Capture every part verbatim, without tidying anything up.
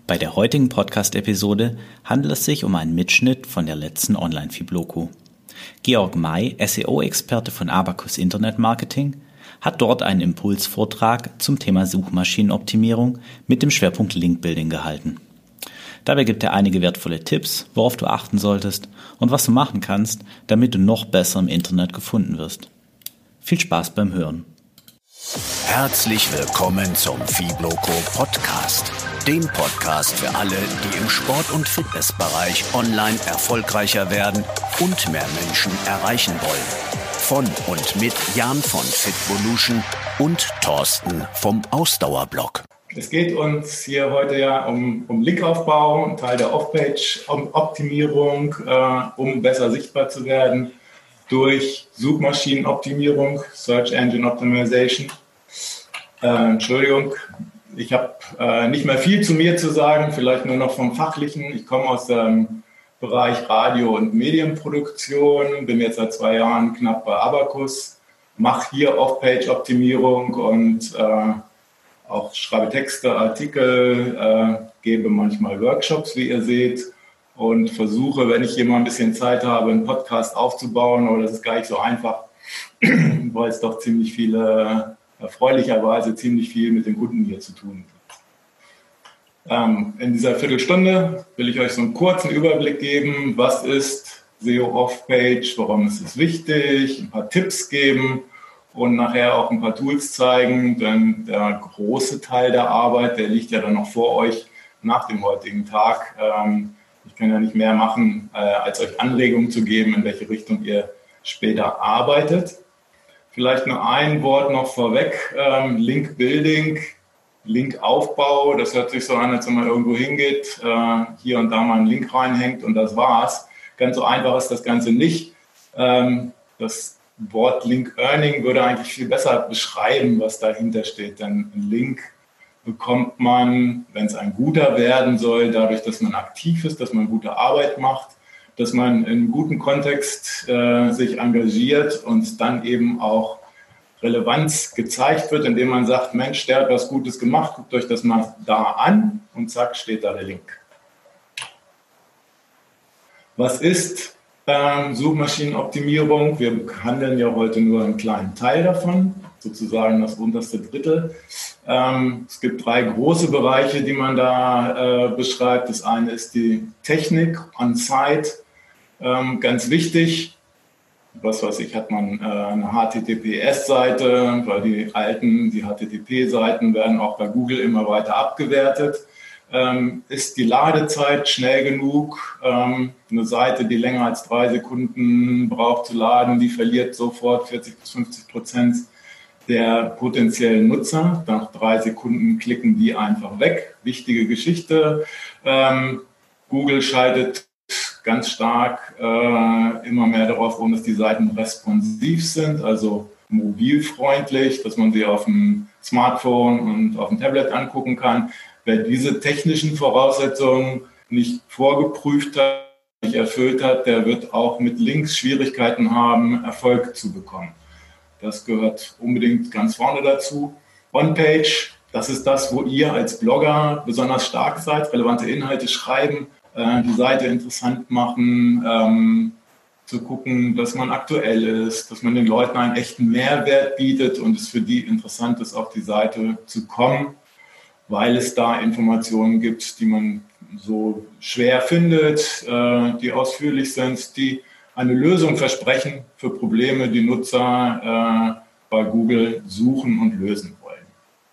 Bei der heutigen Podcast-Episode handelt es sich um einen Mitschnitt von der letzten Online-Fibloku. Georg May, S E O-Experte von Abacus Internet Marketing, hat dort einen Impulsvortrag zum Thema Suchmaschinenoptimierung mit dem Schwerpunkt Linkbuilding gehalten. Dabei gibt er einige wertvolle Tipps, worauf du achten solltest und was du machen kannst, damit du noch besser im Internet gefunden wirst. Viel Spaß beim Hören. Herzlich willkommen zum Fibloku Podcast, dem Podcast für alle, die im Sport- und Fitnessbereich online erfolgreicher werden und mehr Menschen erreichen wollen. Von und mit Jan von Fitvolution und Thorsten vom Ausdauerblog. Es geht uns hier heute ja um, um Linkaufbau, ein Teil der Off-Page-Optimierung, äh, um besser sichtbar zu werden durch Suchmaschinenoptimierung, Search Engine Optimization. Äh, Entschuldigung, ich habe äh, nicht mehr viel zu mir zu sagen, vielleicht nur noch vom Fachlichen. Ich komme aus dem Bereich Radio- und Medienproduktion, bin jetzt seit zwei Jahren knapp bei Abacus, mache hier Off-Page-Optimierung und äh, auch schreibe Texte, Artikel, äh, gebe manchmal Workshops, wie ihr seht, und versuche, wenn ich hier mal ein bisschen Zeit habe, einen Podcast aufzubauen, aber das ist gar nicht so einfach, weil es doch ziemlich viele, erfreulicherweise ziemlich viel mit den Kunden hier zu tun gibt. Ähm, in dieser Viertelstunde will ich euch so einen kurzen Überblick geben, was ist S E O Off-Page, warum ist es wichtig, ein paar Tipps geben, und nachher auch ein paar Tools zeigen, denn der große Teil der Arbeit, der liegt ja dann noch vor euch nach dem heutigen Tag. Ähm, ich kann ja nicht mehr machen, äh, als euch Anregungen zu geben, in welche Richtung ihr später arbeitet. Vielleicht nur ein Wort noch vorweg, ähm, Link-Building, Linkaufbau, das hört sich so an, als wenn man irgendwo hingeht, äh, hier und da mal einen Link reinhängt und das war's. Ganz so einfach ist das Ganze nicht. Ähm, das Wort Link Earning würde eigentlich viel besser beschreiben, was dahinter steht. Denn ein Link bekommt man, wenn es ein guter werden soll, dadurch, dass man aktiv ist, dass man gute Arbeit macht, dass man in einem guten Kontext äh, sich engagiert und dann eben auch Relevanz gezeigt wird, indem man sagt, Mensch, der hat was Gutes gemacht, guckt euch das mal da an und zack, steht da der Link. Was ist Ähm, Suchmaschinenoptimierung? Wir handeln ja heute nur einen kleinen Teil davon, sozusagen das unterste Drittel. Ähm, es gibt drei große Bereiche, die man da äh, beschreibt. Das eine ist die Technik on-site, ähm, ganz wichtig. Was weiß ich, hat man äh, eine H T T P S-Seite, weil die alten, die H T T P-Seiten werden auch bei Google immer weiter abgewertet. Ähm, ist die Ladezeit schnell genug? Ähm, eine Seite, die länger als drei Sekunden braucht zu laden, die verliert sofort vierzig bis fünfzig Prozent der potenziellen Nutzer. Nach drei Sekunden klicken die einfach weg. Wichtige Geschichte. Ähm, Google schaltet ganz stark äh, immer mehr darauf um, dass die Seiten responsiv sind, also mobilfreundlich, dass man sie auf dem Smartphone und auf dem Tablet angucken kann. Wer diese technischen Voraussetzungen nicht vorgeprüft hat, nicht erfüllt hat, der wird auch mit Links Schwierigkeiten haben, Erfolg zu bekommen. Das gehört unbedingt ganz vorne dazu. On-Page, das ist das, wo ihr als Blogger besonders stark seid, relevante Inhalte schreiben, äh, die Seite interessant machen, ähm, zu gucken, dass man aktuell ist, dass man den Leuten einen echten Mehrwert bietet und es für die interessant ist, auf die Seite zu kommen, weil es da Informationen gibt, die man so schwer findet, äh, die ausführlich sind, die eine Lösung versprechen für Probleme, die Nutzer äh, bei Google suchen und lösen wollen.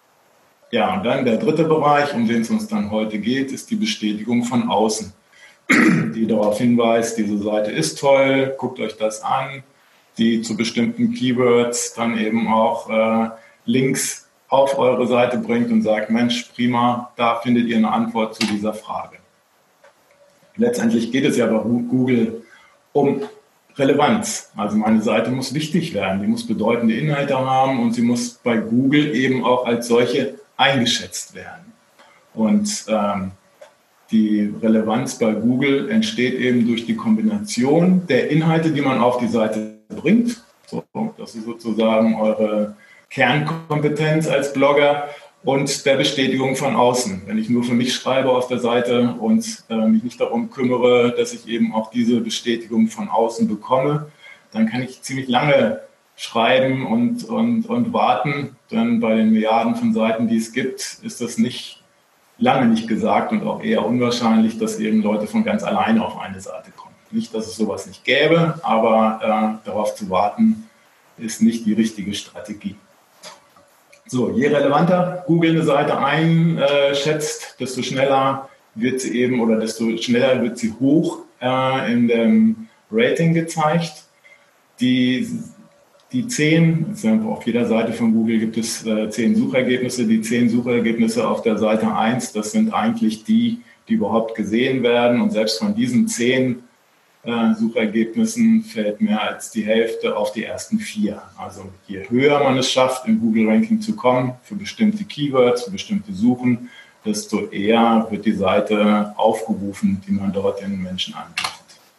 Ja, und dann der dritte Bereich, um den es uns dann heute geht, ist die Bestätigung von außen, die darauf hinweist, diese Seite ist toll, guckt euch das an, die zu bestimmten Keywords dann eben auch äh, Links auf eure Seite bringt und sagt, Mensch, prima, da findet ihr eine Antwort zu dieser Frage. Letztendlich geht es ja bei Google um Relevanz. Also meine Seite muss wichtig werden, die muss bedeutende Inhalte haben und sie muss bei Google eben auch als solche eingeschätzt werden. Und ähm, die Relevanz bei Google entsteht eben durch die Kombination der Inhalte, die man auf die Seite bringt. So, das ist sozusagen eure Kernkompetenz als Blogger und der Bestätigung von außen. Wenn ich nur für mich schreibe auf der Seite und äh, mich nicht darum kümmere, dass ich eben auch diese Bestätigung von außen bekomme, dann kann ich ziemlich lange schreiben und, und, und warten. Denn bei den Milliarden von Seiten, die es gibt, ist das nicht lange nicht gesagt und auch eher unwahrscheinlich, dass eben Leute von ganz alleine auf eine Seite kommen. Nicht, dass es sowas nicht gäbe, aber äh, darauf zu warten, ist nicht die richtige Strategie. So, je relevanter Google eine Seite einschätzt, desto schneller wird sie eben oder desto schneller wird sie hoch äh, in dem Rating gezeigt. Die, die zehn, also auf jeder Seite von Google gibt es äh, zehn Suchergebnisse. Die zehn Suchergebnisse auf der Seite eins, das sind eigentlich die, die überhaupt gesehen werden. Und selbst von diesen zehn äh, Suchergebnissen fällt mehr als die Hälfte auf die ersten vier. Also je höher man es schafft, im Google-Ranking zu kommen, für bestimmte Keywords, für bestimmte Suchen, desto eher wird die Seite aufgerufen, die man dort den Menschen anbietet.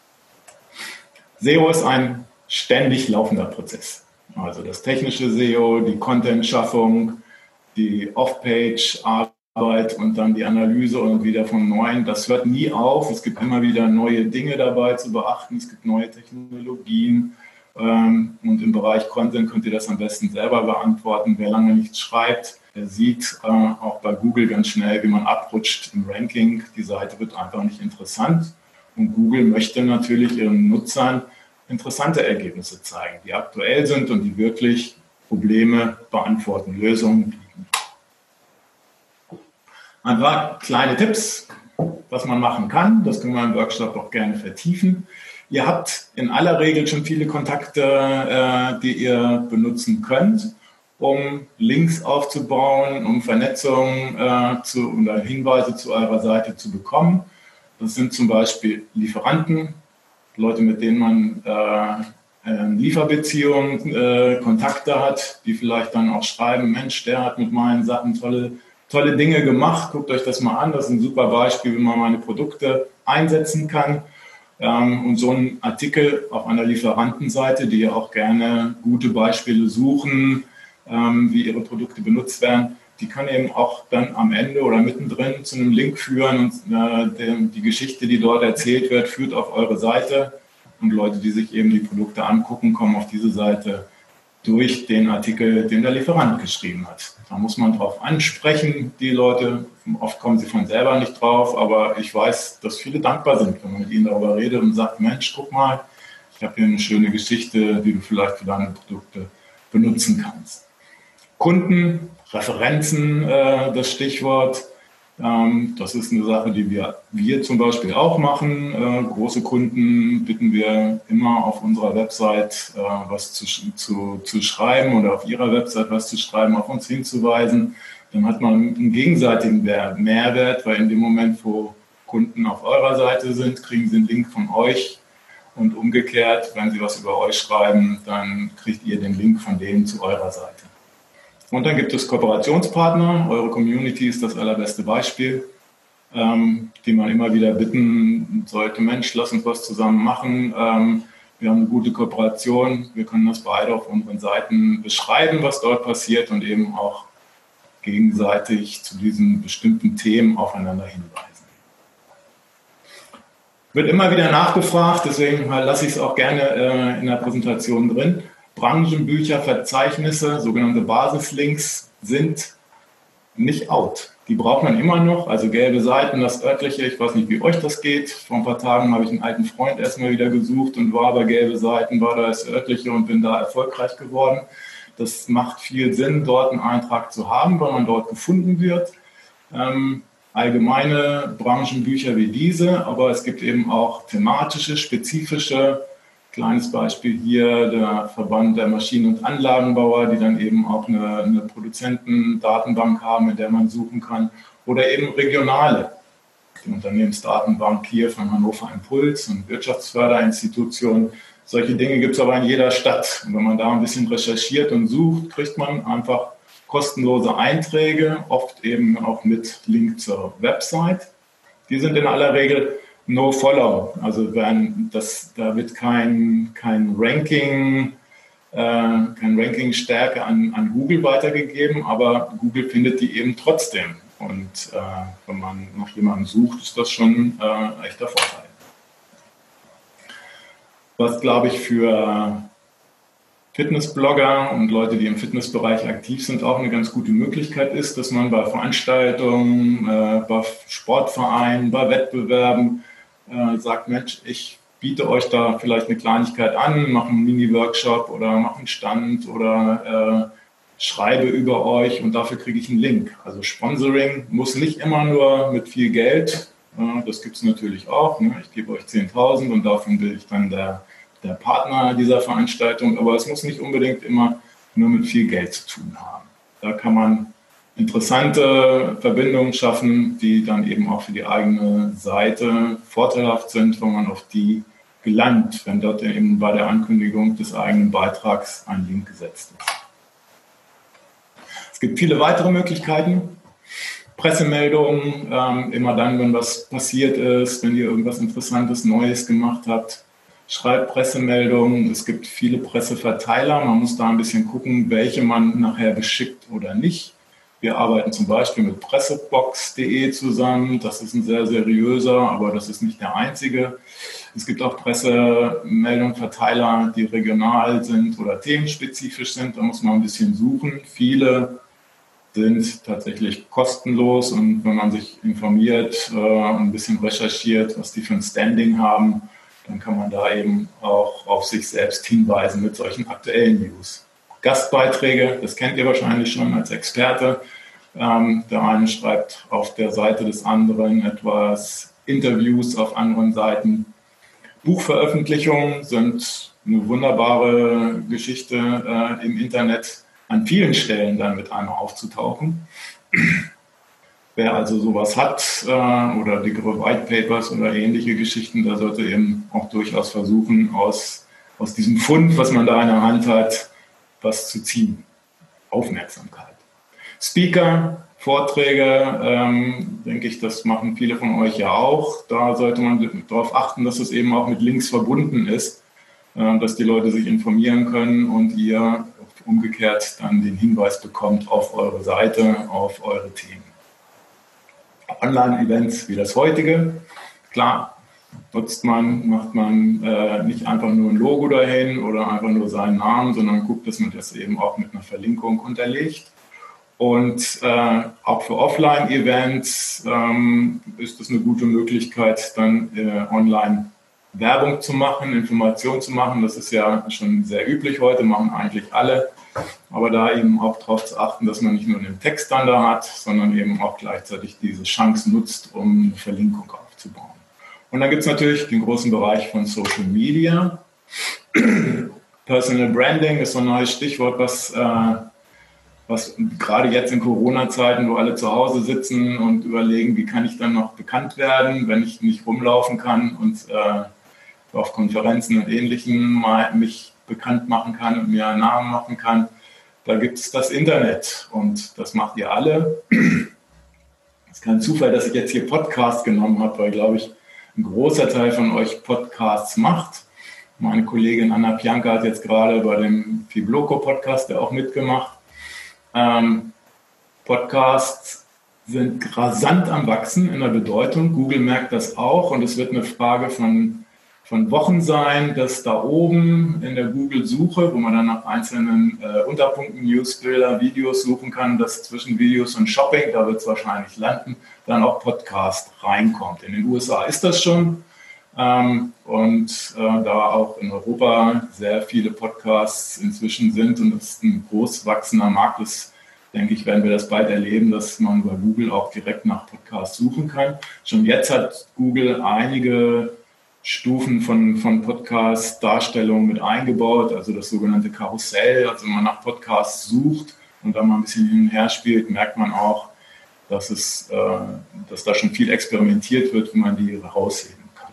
S E O ist ein ständig laufender Prozess. Also das technische S E O, die Content-Schaffung, die Off-Page-Arbeit und dann die Analyse und wieder von Neuen. Das hört nie auf. Es gibt immer wieder neue Dinge dabei zu beachten. Es gibt neue Technologien. Und im Bereich Content könnt ihr das am besten selber beantworten. Wer lange nichts schreibt, der sieht auch bei Google ganz schnell, wie man abrutscht im Ranking. Die Seite wird einfach nicht interessant. Und Google möchte natürlich ihren Nutzern interessante Ergebnisse zeigen, die aktuell sind und die wirklich Probleme beantworten, Lösungen bieten. Ein paar kleine Tipps, was man machen kann. Das können wir im Workshop auch gerne vertiefen. Ihr habt in aller Regel schon viele Kontakte, äh, die ihr benutzen könnt, um Links aufzubauen, um Vernetzung äh, zu, oder Hinweise zu eurer Seite zu bekommen. Das sind zum Beispiel Lieferanten, Leute, mit denen man äh, äh, Lieferbeziehungen, äh, Kontakte hat, die vielleicht dann auch schreiben, Mensch, der hat mit meinen Sachen tolle, tolle Dinge gemacht, guckt euch das mal an, das ist ein super Beispiel, wie man meine Produkte einsetzen kann. Ähm, und so ein Artikel auf einer Lieferantenseite, die ja auch gerne gute Beispiele suchen, ähm, wie ihre Produkte benutzt werden, die kann eben auch dann am Ende oder mittendrin zu einem Link führen und äh, die, die Geschichte, die dort erzählt wird, führt auf eure Seite und Leute, die sich eben die Produkte angucken, kommen auf diese Seite durch den Artikel, den der Lieferant geschrieben hat. Da muss man drauf ansprechen, die Leute, oft kommen sie von selber nicht drauf, aber ich weiß, dass viele dankbar sind, wenn man mit ihnen darüber redet und sagt, Mensch, guck mal, ich habe hier eine schöne Geschichte, die du vielleicht für deine Produkte benutzen kannst. Kunden, Referenzen, äh, das Stichwort. Ähm, das ist eine Sache, die wir, wir zum Beispiel auch machen. Äh, große Kunden bitten wir immer auf unserer Website äh, was zu, zu, zu schreiben oder auf ihrer Website was zu schreiben, auf uns hinzuweisen. Dann hat man einen gegenseitigen Mehrwert, weil in dem Moment, wo Kunden auf eurer Seite sind, kriegen sie einen Link von euch. Und umgekehrt, wenn sie was über euch schreiben, dann kriegt ihr den Link von denen zu eurer Seite. Und dann gibt es Kooperationspartner. Eure Community ist das allerbeste Beispiel, ähm, die man immer wieder bitten sollte, Mensch, lass uns was zusammen machen. Ähm, wir haben eine gute Kooperation. Wir können das beide auf unseren Seiten beschreiben, was dort passiert und eben auch gegenseitig zu diesen bestimmten Themen aufeinander hinweisen. Wird immer wieder nachgefragt, deswegen lasse ich es auch gerne äh, in der Präsentation drin. Branchenbücher, Verzeichnisse, sogenannte Basislinks sind nicht out. Die braucht man immer noch, also gelbe Seiten, das örtliche, ich weiß nicht, wie euch das geht. Vor ein paar Tagen habe ich einen alten Freund erstmal wieder gesucht und war bei gelbe Seiten, war da das örtliche und bin da erfolgreich geworden. Das macht viel Sinn, dort einen Eintrag zu haben, weil man dort gefunden wird. Ähm, allgemeine Branchenbücher wie diese, aber es gibt eben auch thematische, spezifische. Kleines Beispiel hier, der Verband der Maschinen- und Anlagenbauer, die dann eben auch eine, eine Produzentendatenbank haben, in der man suchen kann. Oder eben regionale. Die Unternehmensdatenbank hier von Hannover Impuls und Wirtschaftsförderinstitutionen. Solche Dinge gibt es aber in jeder Stadt. Und wenn man da ein bisschen recherchiert und sucht, kriegt man einfach kostenlose Einträge, oft eben auch mit Link zur Website. Die sind in aller Regel No-Follow, also wenn das, da wird kein, kein Ranking äh, keine Ranking-Stärke an, an Google weitergegeben, aber Google findet die eben trotzdem. Und äh, wenn man nach jemandem sucht, ist das schon äh, echter Vorteil. Was, glaube ich, für Fitnessblogger und Leute, die im Fitnessbereich aktiv sind, auch eine ganz gute Möglichkeit ist, dass man bei Veranstaltungen, äh, bei Sportvereinen, bei Wettbewerben äh, sagt, Mensch, ich biete euch da vielleicht eine Kleinigkeit an, mache einen Mini-Workshop oder mache einen Stand oder äh, schreibe über euch und dafür kriege ich einen Link. Also Sponsoring muss nicht immer nur mit viel Geld, äh, das gibt es natürlich auch. Ne? Ich gebe euch zehntausend und davon will ich dann der, der Partner dieser Veranstaltung, aber es muss nicht unbedingt immer nur mit viel Geld zu tun haben. Da kann man interessante Verbindungen schaffen, die dann eben auch für die eigene Seite vorteilhaft sind, wenn man auf die gelangt, wenn dort eben bei der Ankündigung des eigenen Beitrags ein Link gesetzt ist. Es gibt viele weitere Möglichkeiten. Pressemeldungen, ähm, immer dann, wenn was passiert ist, wenn ihr irgendwas Interessantes, Neues gemacht habt, schreibt Pressemeldungen. Es gibt viele Presseverteiler. Man muss da ein bisschen gucken, welche man nachher beschickt oder nicht. Wir arbeiten zum Beispiel mit pressebox punkt de zusammen. Das ist ein sehr seriöser, aber das ist nicht der einzige. Es gibt auch Pressemeldungsverteiler, die regional sind oder themenspezifisch sind. Da muss man ein bisschen suchen. Viele sind tatsächlich kostenlos und wenn man sich informiert und äh, ein bisschen recherchiert, was die für ein Standing haben, dann kann man da eben auch auf sich selbst hinweisen mit solchen aktuellen News. Gastbeiträge, das kennt ihr wahrscheinlich schon als Experte. Ähm, der eine schreibt auf der Seite des anderen etwas, Interviews auf anderen Seiten. Buchveröffentlichungen sind eine wunderbare Geschichte äh, im Internet, an vielen Stellen dann mit einmal aufzutauchen. Wer also sowas hat äh, oder dickere White Papers oder ähnliche Geschichten, der sollte eben auch durchaus versuchen, aus, aus diesem Fund, was man da in der Hand hat, was zu ziehen. Aufmerksamkeit. Speaker, Vorträge, ähm, denke ich, das machen viele von euch ja auch. Da sollte man darauf achten, dass es eben auch mit Links verbunden ist, äh, dass die Leute sich informieren können und ihr umgekehrt dann den Hinweis bekommt auf eure Seite, auf eure Themen. Online-Events wie das heutige, klar, nutzt man, macht man äh, nicht einfach nur ein Logo dahin oder einfach nur seinen Namen, sondern guckt, dass man das eben auch mit einer Verlinkung unterlegt. Und äh, auch für Offline-Events ähm, ist es eine gute Möglichkeit, dann äh, online Werbung zu machen, Information zu machen. Das ist ja schon sehr üblich heute, machen eigentlich alle. Aber da eben auch darauf zu achten, dass man nicht nur den Text dann da hat, sondern eben auch gleichzeitig diese Chance nutzt, um eine Verlinkung aufzubauen. Und dann gibt es natürlich den großen Bereich von Social Media. Personal Branding ist so ein neues Stichwort, was, äh, was gerade jetzt in Corona-Zeiten, wo alle zu Hause sitzen und überlegen, wie kann ich dann noch bekannt werden, wenn ich nicht rumlaufen kann und äh, auf Konferenzen und Ähnlichem mal mich bekannt machen kann und mir einen Namen machen kann. Da gibt es das Internet und das macht ihr alle. Es ist kein Zufall, dass ich jetzt hier Podcast genommen habe, weil, glaube ich, ein großer Teil von euch Podcasts macht. Meine Kollegin Anna Pianka hat jetzt gerade bei dem Fibloco-Podcast ja auch mitgemacht. Ähm, Podcasts sind rasant am Wachsen in der Bedeutung. Google merkt das auch und es wird eine Frage von von Wochen sein, dass da oben in der Google-Suche, wo man dann nach einzelnen äh, Unterpunkten, Newsbilder, Videos suchen kann, dass zwischen Videos und Shopping, da wird es wahrscheinlich landen, dann auch Podcast reinkommt. In den U S A ist das schon ähm, und äh, da auch in Europa sehr viele Podcasts inzwischen sind und es ist ein groß wachsender Markt ist, denke ich, werden wir das bald erleben, dass man bei Google auch direkt nach Podcasts suchen kann. Schon jetzt hat Google einige Stufen von, von Podcast-Darstellung mit eingebaut, also das sogenannte Karussell. Also wenn man nach Podcasts sucht und dann mal ein bisschen hin und her spielt, merkt man auch, dass, es, äh, dass da schon viel experimentiert wird, wie man die rausheben kann.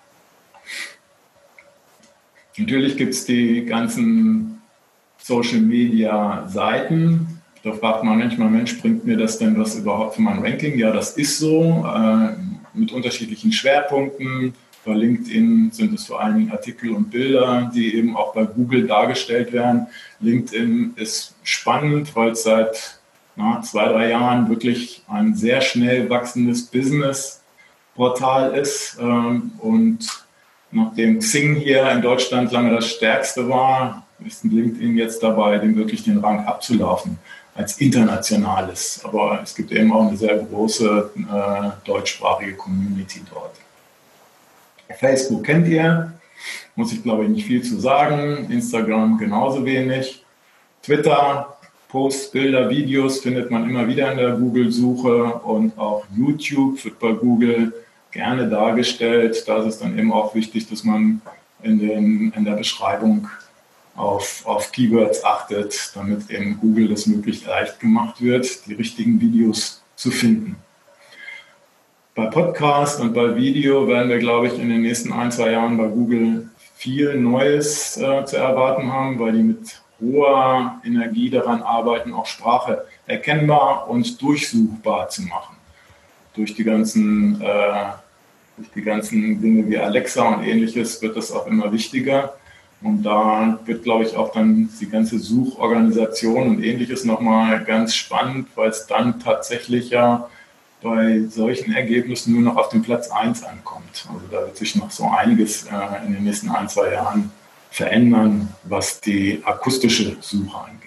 Natürlich gibt es die ganzen Social-Media-Seiten. Da fragt man manchmal, Mensch, bringt mir das denn was überhaupt für mein Ranking? Ja, das ist so, äh, mit unterschiedlichen Schwerpunkten. Bei LinkedIn sind es vor allen Dingen Artikel und Bilder, die eben auch bei Google dargestellt werden. LinkedIn ist spannend, weil es seit na, zwei, drei Jahren wirklich ein sehr schnell wachsendes Business-Portal ist. Und nachdem Xing hier in Deutschland lange das stärkste war, ist LinkedIn jetzt dabei, dem wirklich den Rang abzulaufen als internationales. Aber es gibt eben auch eine sehr große äh, deutschsprachige Community dort. Facebook kennt ihr, muss ich glaube ich nicht viel zu sagen. Instagram genauso wenig. Twitter, Posts, Bilder, Videos findet man immer wieder in der Google-Suche und auch YouTube wird bei Google gerne dargestellt. Da ist es dann eben auch wichtig, dass man in, den, in der Beschreibung auf, auf Keywords achtet, damit eben Google das möglichst leicht gemacht wird, die richtigen Videos zu finden. Bei Podcast und bei Video werden wir, glaube ich, in den nächsten ein, zwei Jahren bei Google viel Neues äh, zu erwarten haben, weil die mit hoher Energie daran arbeiten, auch Sprache erkennbar und durchsuchbar zu machen. Durch die ganzen, äh, durch die ganzen Dinge wie Alexa und Ähnliches wird das auch immer wichtiger. Und da wird, glaube ich, auch dann die ganze Suchorganisation und Ähnliches nochmal ganz spannend, weil es dann tatsächlich ja bei solchen Ergebnissen nur noch auf den Platz eins ankommt. Also da wird sich noch so einiges äh, in den nächsten ein, zwei Jahren verändern, was die akustische Suche angeht.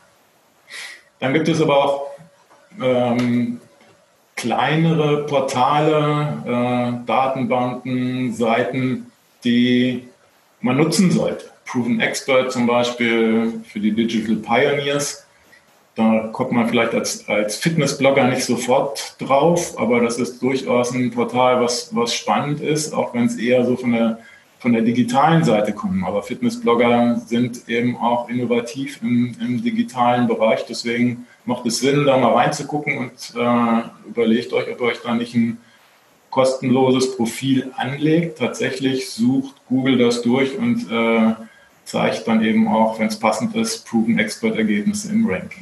Dann gibt es aber auch ähm, kleinere Portale, äh, Datenbanken, Seiten, die man nutzen sollte. Proven Expert zum Beispiel für die Digital Pioneers. Da kommt man vielleicht als, als Fitnessblogger nicht sofort drauf, aber das ist durchaus ein Portal, was, was spannend ist, auch wenn es eher so von der, von der digitalen Seite kommt. Aber Fitnessblogger sind eben auch innovativ im, im digitalen Bereich. Deswegen macht es Sinn, da mal reinzugucken und äh, überlegt euch, ob ihr euch da nicht ein kostenloses Profil anlegt. Tatsächlich sucht Google das durch und äh, zeigt dann eben auch, wenn es passend ist, Proven Expert Ergebnisse im Ranking.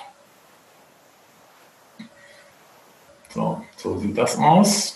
So, so sieht das aus.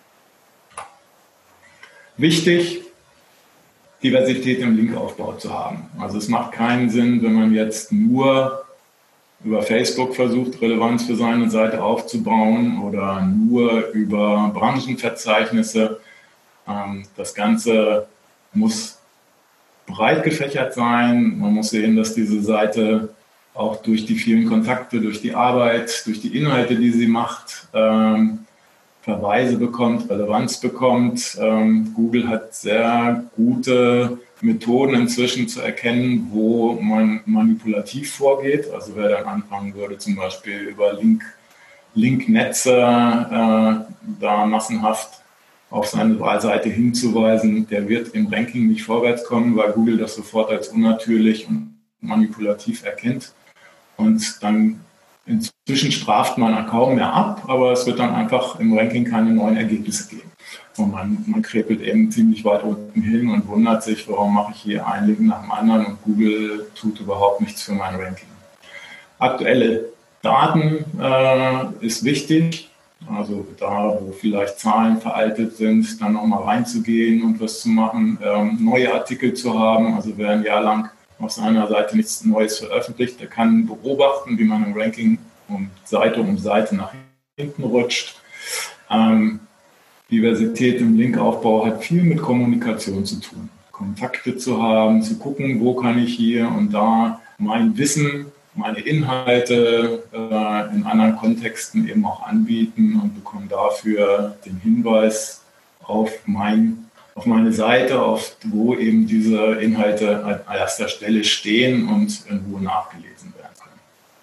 Wichtig, Diversität im Linkaufbau zu haben. Also es macht keinen Sinn, wenn man jetzt nur über Facebook versucht, Relevanz für seine Seite aufzubauen oder nur über Branchenverzeichnisse. Das Ganze muss breit gefächert sein. Man muss sehen, dass diese Seite auch durch die vielen Kontakte, durch die Arbeit, durch die Inhalte, die sie macht, ähm, Verweise bekommt, Relevanz bekommt. Ähm, Google hat sehr gute Methoden inzwischen zu erkennen, wo man manipulativ vorgeht. Also wer dann anfangen würde, zum Beispiel über Link, Linknetze äh, da massenhaft auf seine Wahlseite hinzuweisen, der wird im Ranking nicht vorwärts kommen, weil Google das sofort als unnatürlich und manipulativ erkennt. Und dann inzwischen straft man kaum mehr ab, aber es wird dann einfach im Ranking keine neuen Ergebnisse geben. Und man, man krepelt eben ziemlich weit unten hin und wundert sich, warum mache ich hier einen Link nach dem anderen und Google tut überhaupt nichts für mein Ranking. Aktuelle Daten äh, ist wichtig. Also da, wo vielleicht Zahlen veraltet sind, dann nochmal reinzugehen und was zu machen, ähm, neue Artikel zu haben. Also wer ein Jahr lang auf seiner Seite nichts Neues veröffentlicht, der kann beobachten, wie man im Ranking um Seite um Seite nach hinten rutscht. Ähm, Diversität im Linkaufbau hat viel mit Kommunikation zu tun. Kontakte zu haben, zu gucken, wo kann ich hier und da mein Wissen, meine Inhalte äh, in anderen Kontexten eben auch anbieten und bekomme dafür den Hinweis auf, mein, auf meine Seite, auf wo eben diese Inhalte an erster Stelle stehen und in Ruhe nachgelesen werden können.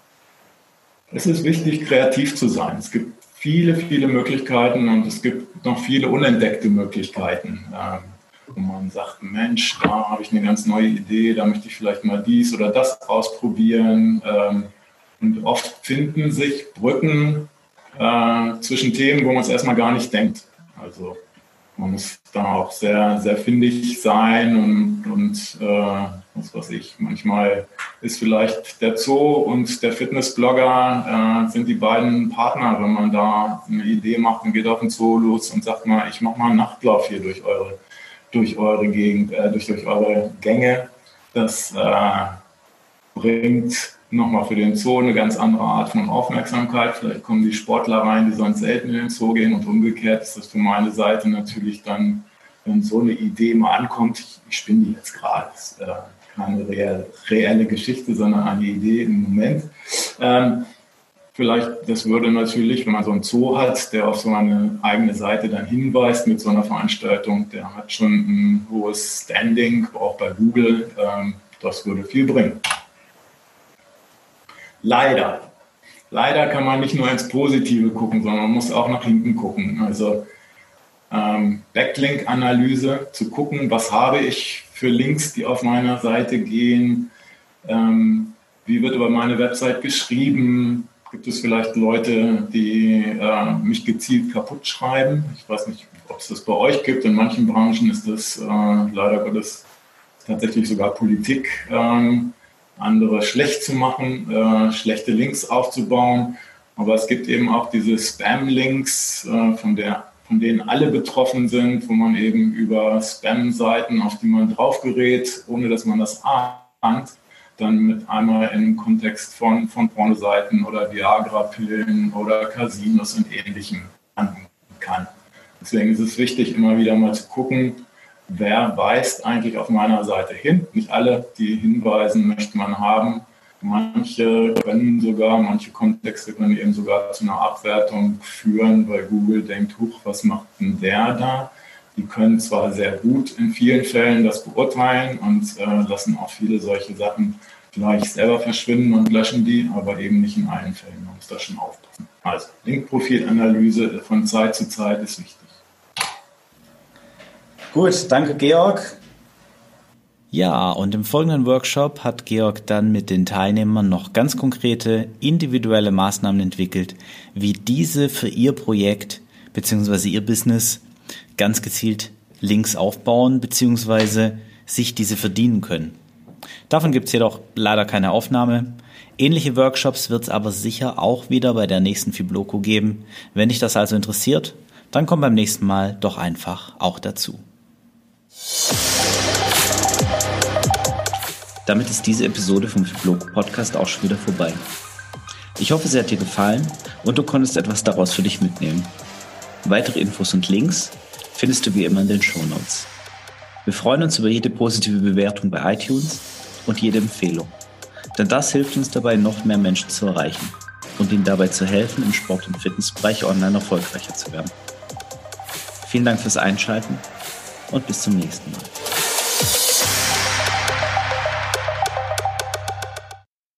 Es ist wichtig, kreativ zu sein. Es gibt viele, viele Möglichkeiten und es gibt noch viele unentdeckte Möglichkeiten. Ähm, wo man sagt, Mensch, da habe ich eine ganz neue Idee, da möchte ich vielleicht mal dies oder das ausprobieren. Und oft finden sich Brücken äh, zwischen Themen, wo man es erstmal gar nicht denkt. Also Man muss da auch sehr, sehr findig sein und, und äh, was weiß ich, manchmal ist vielleicht der Zoo und der Fitnessblogger äh, sind die beiden Partner, wenn man da eine Idee macht und geht auf den Zoo los und sagt mal, ich mache mal einen Nachtlauf hier durch eure, durch eure Gegend, äh, durch, durch eure Gänge. Das äh, bringt nochmal für den Zoo eine ganz andere Art von Aufmerksamkeit. Vielleicht kommen die Sportler rein, die sonst selten in den Zoo gehen, und umgekehrt ist das für meine Seite natürlich dann, wenn so eine Idee mal ankommt, ich, ich spinne die jetzt gerade, das ist äh, keine reelle, reelle Geschichte, sondern eine Idee im Moment. Ähm, vielleicht, das würde natürlich, wenn man so einen Zoo hat, der auf so eine eigene Seite dann hinweist mit so einer Veranstaltung, der hat schon ein hohes Standing, auch bei Google, ähm, das würde viel bringen. Leider. Leider kann man nicht nur ins Positive gucken, sondern man muss auch nach hinten gucken. Also ähm, Backlink-Analyse, zu gucken, was habe ich für Links, die auf meiner Seite gehen, ähm, wie wird über meine Website geschrieben, gibt es vielleicht Leute, die äh, mich gezielt kaputt schreiben. Ich weiß nicht, ob es das bei euch gibt. In manchen Branchen ist das äh, leider Gottes tatsächlich sogar Politik, ähm, andere schlecht zu machen, äh, schlechte Links aufzubauen. Aber es gibt eben auch diese Spam-Links, äh, von, der, von denen alle betroffen sind, wo man eben über Spam-Seiten, auf die man draufgerät, ohne dass man das ahnt, dann mit einmal im Kontext von, von Pornoseiten oder Viagra-Pillen oder Casinos und Ähnlichem landen kann. Deswegen ist es wichtig, immer wieder mal zu gucken, wer weist eigentlich auf meiner Seite hin. Nicht alle, die hinweisen, möchte man haben. Manche können sogar, manche Kontexte können eben sogar zu einer Abwertung führen, weil Google denkt, huch, was macht denn der da? Die können zwar sehr gut in vielen Fällen das beurteilen und äh, lassen auch viele solche Sachen vielleicht selber verschwinden und löschen die, aber eben nicht in allen Fällen. Man muss da schon aufpassen. Also Linkprofilanalyse von Zeit zu Zeit ist wichtig. Gut, danke Georg. Ja, und im folgenden Workshop hat Georg dann mit den Teilnehmern noch ganz konkrete, individuelle Maßnahmen entwickelt, wie diese für ihr Projekt bzw. ihr Business ganz gezielt Links aufbauen bzw. sich diese verdienen können. Davon gibt es jedoch leider keine Aufnahme. Ähnliche Workshops wird es aber sicher auch wieder bei der nächsten Fibloco geben. Wenn dich das also interessiert, dann komm beim nächsten Mal doch einfach auch dazu. Damit ist diese Episode vom Fibloco Podcast auch schon wieder vorbei. Ich hoffe, sie hat dir gefallen und du konntest etwas daraus für dich mitnehmen. Weitere Infos und Links findest du wie immer in den Shownotes. Wir freuen uns über jede positive Bewertung bei iTunes und jede Empfehlung, denn das hilft uns dabei, noch mehr Menschen zu erreichen und ihnen dabei zu helfen, im Sport- und Fitnessbereich online erfolgreicher zu werden. Vielen Dank fürs Einschalten und bis zum nächsten Mal.